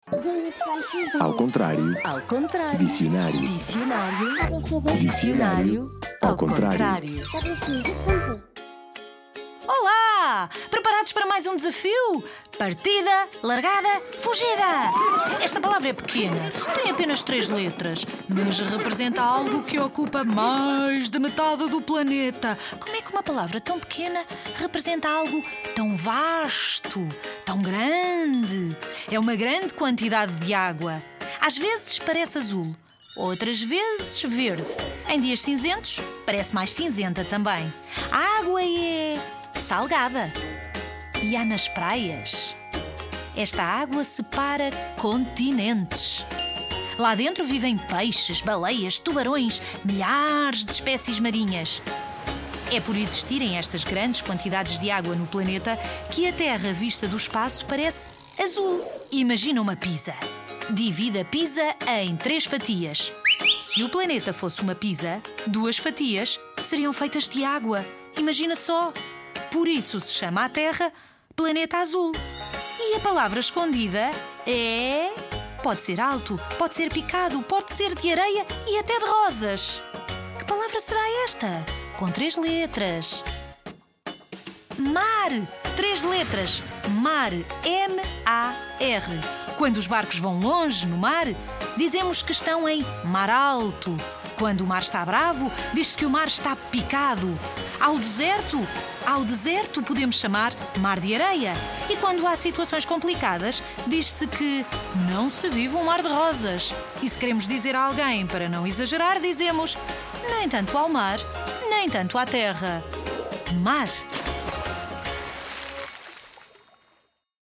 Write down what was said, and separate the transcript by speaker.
Speaker 1: Ao contrário.
Speaker 2: Ao contrário.
Speaker 1: Dicionário.
Speaker 2: Dicionário.
Speaker 1: Dicionário. Ao contrário.
Speaker 2: Olá! Preparados para mais um desafio? Partida, largada, fugida! Esta palavra é pequena, tem apenas 3 letras, mas representa algo que ocupa mais de metade do planeta. Como é que uma palavra tão pequena representa algo tão vasto, tão grande? É uma grande quantidade de água. Às vezes parece azul, outras vezes verde. Em dias cinzentos, parece mais cinzenta também. A água é salgada. E há nas praias. Esta água separa continentes. Lá dentro vivem peixes, baleias, tubarões, milhares de espécies marinhas. É por existirem estas grandes quantidades de água no planeta que a Terra, vista do espaço, parece azul. Imagina uma pizza. Divide a pizza em 3 fatias. Se o planeta fosse uma pizza, 2 fatias seriam feitas de água. Imagina só. Por isso se chama a Terra Planeta Azul. E a palavra escondida é... Pode ser alto, pode ser picado, pode ser de areia e até de rosas. Que palavra será esta? Com 3 letras. Mar. 3 letras. Mar. M-A-R. Quando os barcos vão longe no mar, dizemos que estão em mar alto. Quando o mar está bravo, diz-se que o mar está picado. Ao deserto podemos chamar mar de areia. E quando há situações complicadas, diz-se que não se vive um mar de rosas. E se queremos dizer a alguém para não exagerar, dizemos nem tanto ao mar, nem tanto à terra. Mar.